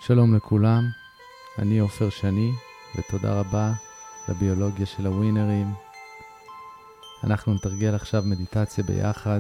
שלום לכולם, אני עופר שני, ותודה רבה לביולוגיה של הווינרים. אנחנו נתרגל עכשיו מדיטציה ביחד,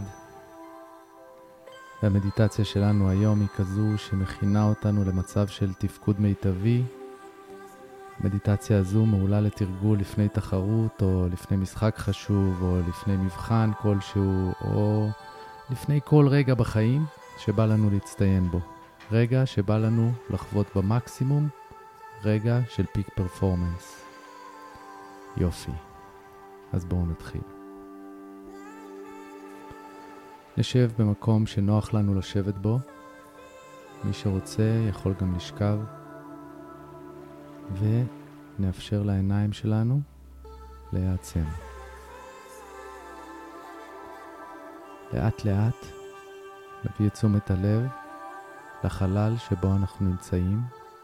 והמדיטציה שלנו היום היא כזו שמכינה אותנו למצב של תפקוד מיטבי. המדיטציה הזו מעולה לתרגול לפני תחרות, או לפני משחק חשוב, או לפני מבחן כלשהו, או לפני כל רגע בחיים שבא לנו להצטיין בו. רגע שבא לנו לחוות במקסימום, רגע של פיק פרפורמנס. יופי. אז בואו נתחיל. נשב במקום שנוח לנו לשבת בו. מי שרוצה יכול גם לשכב. ונאפשר לעיניים שלנו להיעצם. לאט לאט נביא את תשומת הלב לחלל שבו אנחנו נמצאים.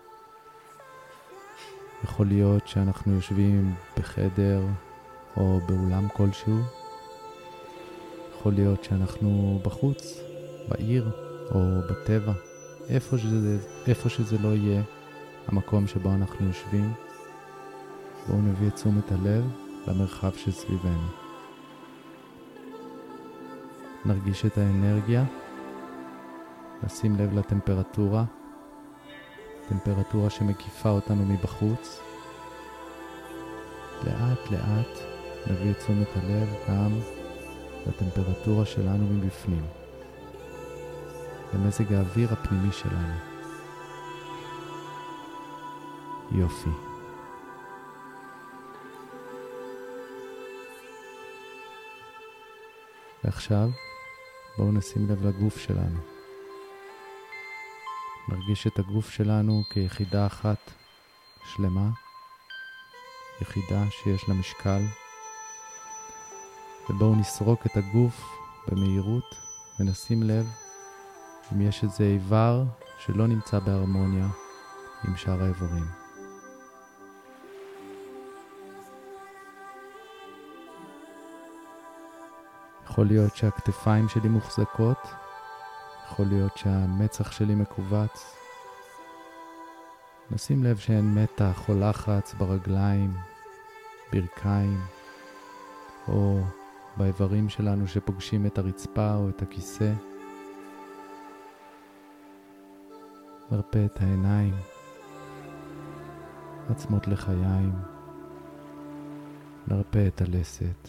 יכול להיות שאנחנו יושבים בחדר או באולם כלשהו. יכול להיות שאנחנו בחוץ, בעיר או בטבע. איפה שזה לא יהיה המקום שבו אנחנו יושבים. בואו נביא את תשומת הלב למרחב שסביבנו. נרגיש את האנרגיה. נשים לב לטמפרטורה, טמפרטורה שמקיפה אותנו מבחוץ. לאט לאט נביא את תשומת הלב גם לטמפרטורה שלנו מבפנים, למזג האוויר הפנימי שלנו. יופי. ועכשיו בואו נשים לב לגוף שלנו. נרגיש את הגוף שלנו כיחידה אחת שלמה, יחידה שיש לה משקל, ובואו נסרוק את הגוף במהירות ונשים לב אם יש איזה איבר שלא נמצא בהרמוניה עם שאר האיברים. יכול להיות שהכתפיים שלי מוחזקות, יכול להיות שהמצח שלי מקובץ. נשים לב שאין מתח או לחץ ברגליים, ברכיים, או באיברים שלנו שפוגשים את הרצפה או את הכיסא. נרפה את העיניים, עצמות לחיים, נרפה את הלסת.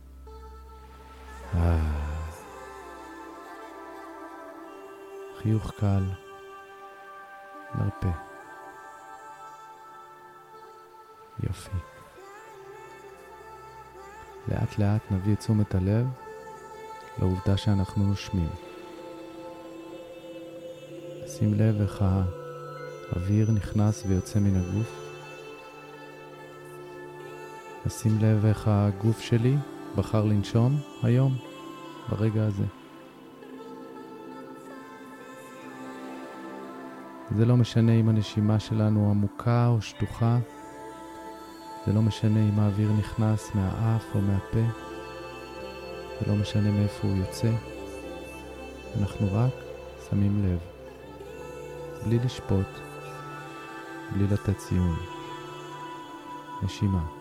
חיוך קל, נרפה. יופי. לאט לאט נביא את תשומת הלב לעובדה שאנחנו נושמים. שים לב איך האוויר נכנס ויוצא מן הגוף. שים לב איך הגוף שלי בחר לנשום היום, ברגע הזה. זה לא משנה אם הנשימה שלנו עמוקה או שטוחה. זה לא משנה אם האוויר נכנס מהאף או מהפה. זה לא משנה מאיפה הוא יוצא. אנחנו רק שמים לב. בלי לשפוט. בלי לתת ציון. נשימה.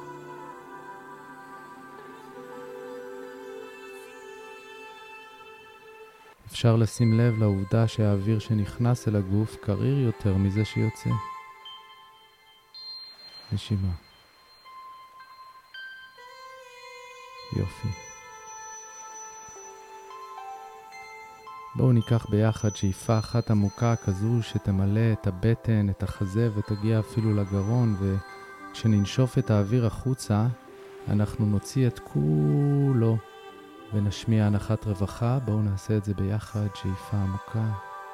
אפשר לשים לב לעובדה שהאוויר שנכנס אל הגוף קריר יותר מזה שיוצא. נשימה. יופי. בואו ניקח ביחד שאיפה אחת עמוקה כזו שתמלא את הבטן, את החזה ותגיע אפילו לגרון, וכשננשוף את האוויר החוצה אנחנו נוציא את כולו ונשמיע הנחת רווחה. בואו נעשה את זה ביחד, שאיפה עמוקה.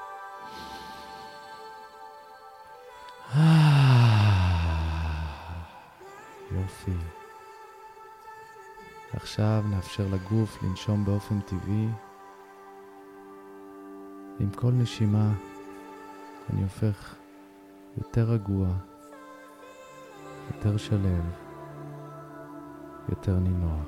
יופי. עכשיו נאפשר לגוף לנשום באופן טבעי. עם כל נשימה אני הופך יותר רגוע, יותר שלם, יותר נינוח.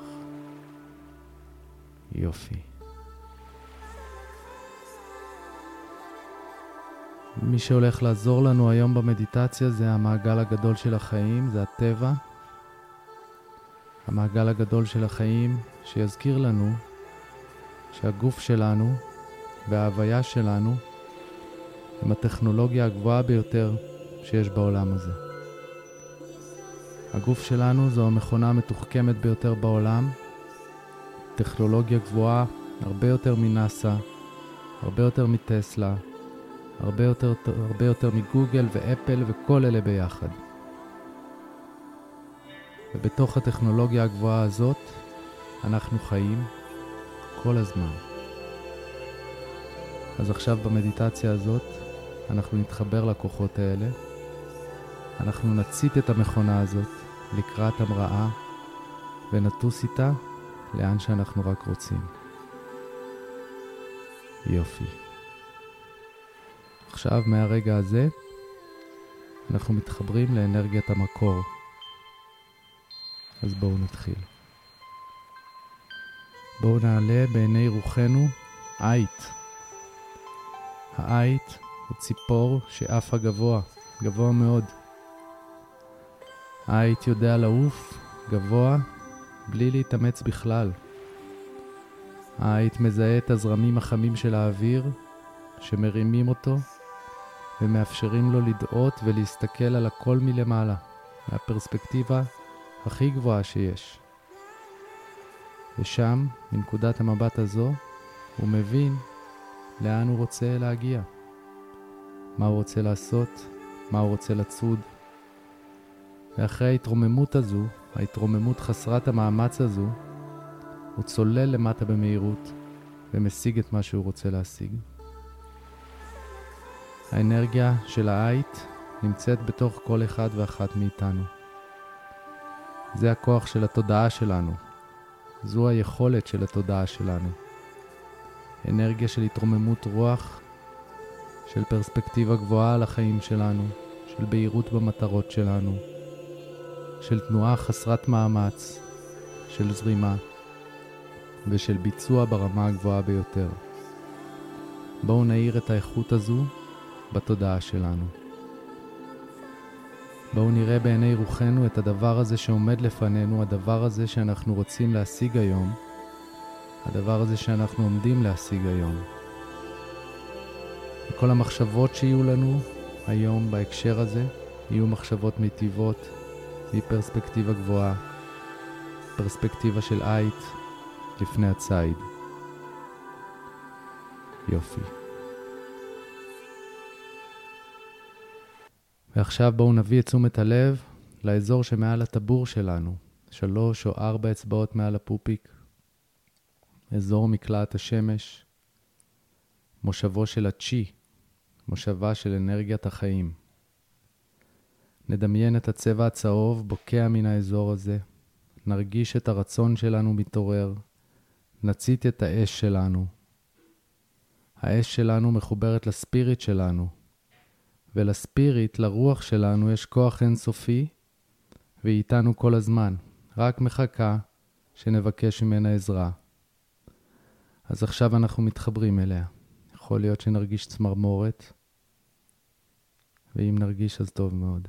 יופי. מי שהולך לעזור לנו היום במדיטציה זה המעגל הגדול של החיים, זה הטבע. המעגל הגדול של החיים שיזכיר לנו שהגוף שלנו וההוויה שלנו הם הטכנולוגיה הגבוהה ביותר שיש בעולם הזה. הגוף שלנו זו המכונה המתוחכמת ביותר בעולם, טכנולוגיה גבוהה הרבה יותר מנאסא, הרבה יותר מטסלה, הרבה יותר מגוגל ואפל וכל אלה ביחד. ובתוך הטכנולוגיה הגבוהה הזאת אנחנו חיים כל הזמן. אז עכשיו במדיטציה הזאת אנחנו נתחבר לכוחות האלה, אנחנו נצית את המכונה הזאת לקראת המראה ונטוס איתה לאן שאנחנו רק רוצים. יופי. עכשיו מהרגע הזה אנחנו מתחברים לאנרגיית המקור. אז בואו נתחיל. בואו נעלה בעיני רוחנו עית. העית הוא ציפור שעפה גבוה, גבוה מאוד. העית יודע לעוף גבוה בלי להתאמץ בכלל. העית מזהה את הזרמים החמים של האוויר שמרימים אותו ומאפשרים לו לדעות ולהסתכל על הכל מלמעלה, מהפרספקטיבה הכי גבוהה שיש. ושם, מנקודת המבט הזו, הוא מבין לאן הוא רוצה להגיע, מה הוא רוצה לעשות, מה הוא רוצה לצוד. ואחרי ההתרוממות הזו, ההתרוממות חסרת המאמץ הזו, הוא צולל למטה במהירות ומשיג את מה שהוא רוצה להשיג. האנרגיה של העית נמצאת בתוך כל אחד ואחת מאיתנו. זה הכוח של התודעה שלנו. זו היכולת של התודעה שלנו. אנרגיה של התרוממות רוח, של פרספקטיבה גבוהה על החיים שלנו, של בהירות במטרות שלנו, של תנועה חסרת מאמץ, של זרימה ושל ביצוע ברמה הגבוהה ביותר. בואו נאיר את האיכות הזו בתודעה שלנו. בואו נראה בעיני רוחנו את הדבר הזה שעומד לפנינו, הדבר הזה שאנחנו רוצים להשיג היום, הדבר הזה שאנחנו עומדים להשיג היום. וכל המחשבות שיהיו לנו היום בהקשר הזה, יהיו מחשבות מיטיבות, מפרספקטיבה גבוהה, פרספקטיבה של עית לפני הציד. יופי. ועכשיו בואו נביא את תשומת הלב לאזור שמעל הטבור שלנו, 3 או 4 אצבעות מעל הפופיק, אזור מקלעת השמש, מושבו של הצ'י, מושבה של אנרגיית החיים. נדמיין את הצבע הצהוב בוקע מן האזור הזה, נרגיש את הרצון שלנו מתעורר, נצית את האש שלנו. האש שלנו מחוברת לספיריט שלנו, ולספיריט, לרוח שלנו, יש כוח אינסופי, והיא איתנו כל הזמן, רק מחכה שנבקש ממנה עזרה. אז עכשיו אנחנו מתחברים אליה. יכול להיות שנרגיש צמרמורת, ואם נרגיש אז טוב מאוד.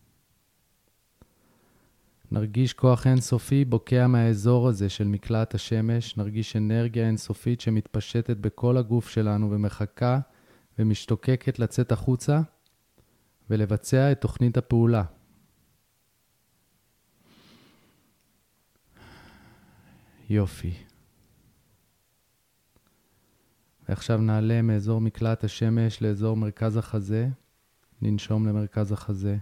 נרגיש כוח אינסופי בוקע מהאזור הזה של מקלעת השמש, נרגיש אנרגיה אינסופית שמתפשטת בכל הגוף שלנו ומחכה ומשתוקקת לצאת החוצה ולבצע את תוכנית הפעולה. יופי. ועכשיו נעלה מאזור מקלעת השמש לאזור מרכז החזה, ננשום למרכז החזה,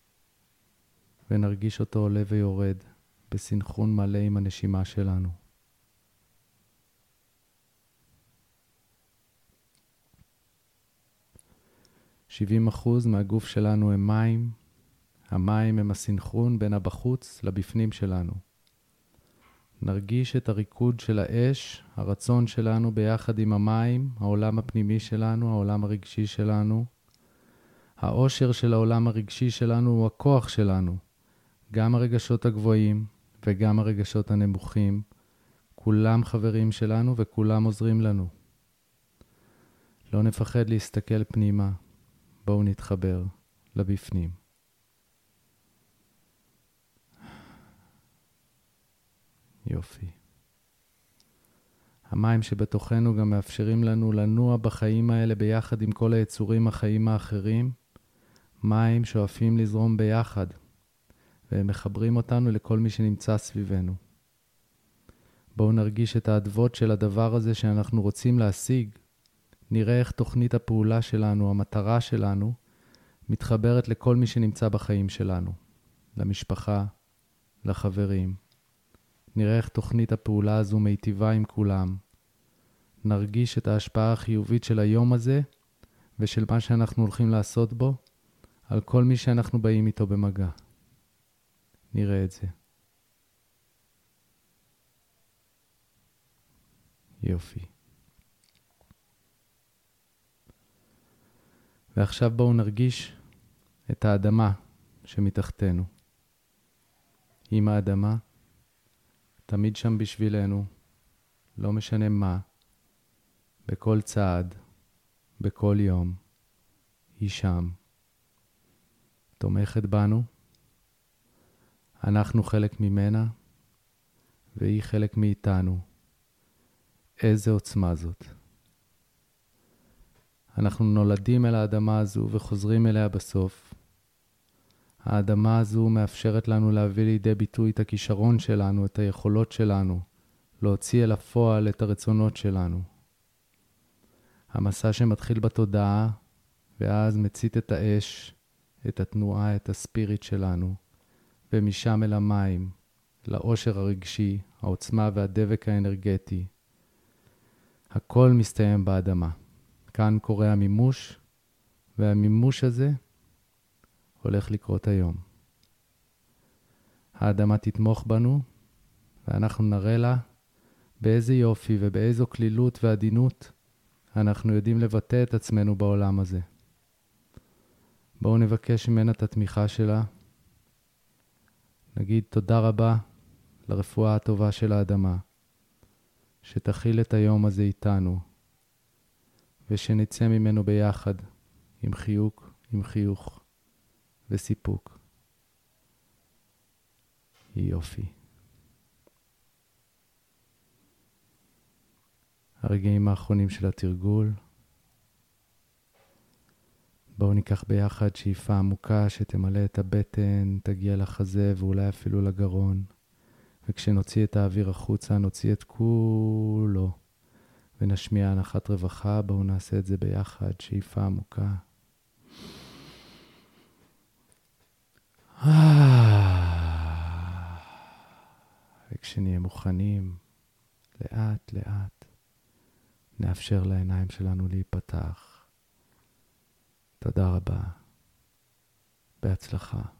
ונרגיש אותו עולה ויורד בסנכרון מלא עם הנשימה שלנו. ,70% מהגוף שלנו הם מים. המים הם הסנכרון בין הבחוץ לבפנים שלנו. נרגיש את הריקוד של האש, הרצון שלנו ביחד עם המים, העולם הפנימי שלנו, העולם הרגשי שלנו. העושר של העולם הרגשי שלנו הוא הכוח שלנו. גם הרגשות הגבוהים וגם הרגשות הנמוכים. כולם חברים שלנו וכולם עוזרים לנו. לא נפחד להסתכל פנימה. בואו נתחבר לבפנים. יופי. המים שבתוכנו גם מאפשרים לנו לנוע בחיים האלה ביחד עם כל היצורים החיים האחרים. מים שואפים לזרום ביחד, והם מחברים אותנו לכל מי שנמצא סביבנו. בואו נרגיש את האדוות של הדבר הזה שאנחנו רוצים להשיג. נראה איך תוכנית הפעולה שלנו, המטרה שלנו, מתחברת לכל מי שנמצא בחיים שלנו. למשפחה, לחברים. נראה איך תוכנית הפעולה הזו מיטיבה עם כולם. נרגיש את ההשפעה החיובית של היום הזה, ושל מה שאנחנו הולכים לעשות בו, על כל מי שאנחנו באים איתו במגע. נראה את זה. יופי. ועכשיו בואו נרגיש את האדמה שמתחתנו. עם האדמה, תמיד שם בשבילנו, לא משנה מה, בכל צעד, בכל יום, היא שם. תומכת בנו, אנחנו חלק ממנה, והיא חלק מאיתנו. איזה עוצמה זאת. אנחנו נולדים אל האדמה הזו וחוזרים אליה בסוף. האדמה הזו מאפשרת לנו להביא לידי ביטוי את הכישרון שלנו, את היכולות שלנו, להוציא אל הפועל את הרצונות שלנו. המסע שמתחיל בתודעה, ואז מצית את האש, את התנועה, את הספיריט שלנו, ומשם אל המים, לאושר הרגשי, העוצמה והדבק האנרגטי. הכל מסתיים באדמה. כאן קורה המימוש, והמימוש הזה הולך לקרות היום. האדמה תתמוך בנו, ואנחנו נראה לה באיזה יופי ובאיזו כלילות ועדינות אנחנו יודעים לבטא את עצמנו בעולם הזה. בואו נבקש ממנה את התמיכה שלה. נגיד תודה רבה לרפואה הטובה של האדמה, שתכיל את היום הזה איתנו, ושנצא ממנו ביחד עם חיוך וסיפוק. יופי. הרגעים האחרונים של התרגול. בואו ניקח ביחד שאיפה עמוקה שתמלא את הבטן, תגיע לחזה ואולי אפילו לגרון. וכשנוציא את האוויר החוצה, נוציא את כולו. ונשמיע הנחת רווחה. בואו נעשה את זה ביחד. שאיפה עמוקה. וכשנהיה מוכנים, לאט לאט, נאפשר לעיניים שלנו להיפתח. תודה רבה. בהצלחה.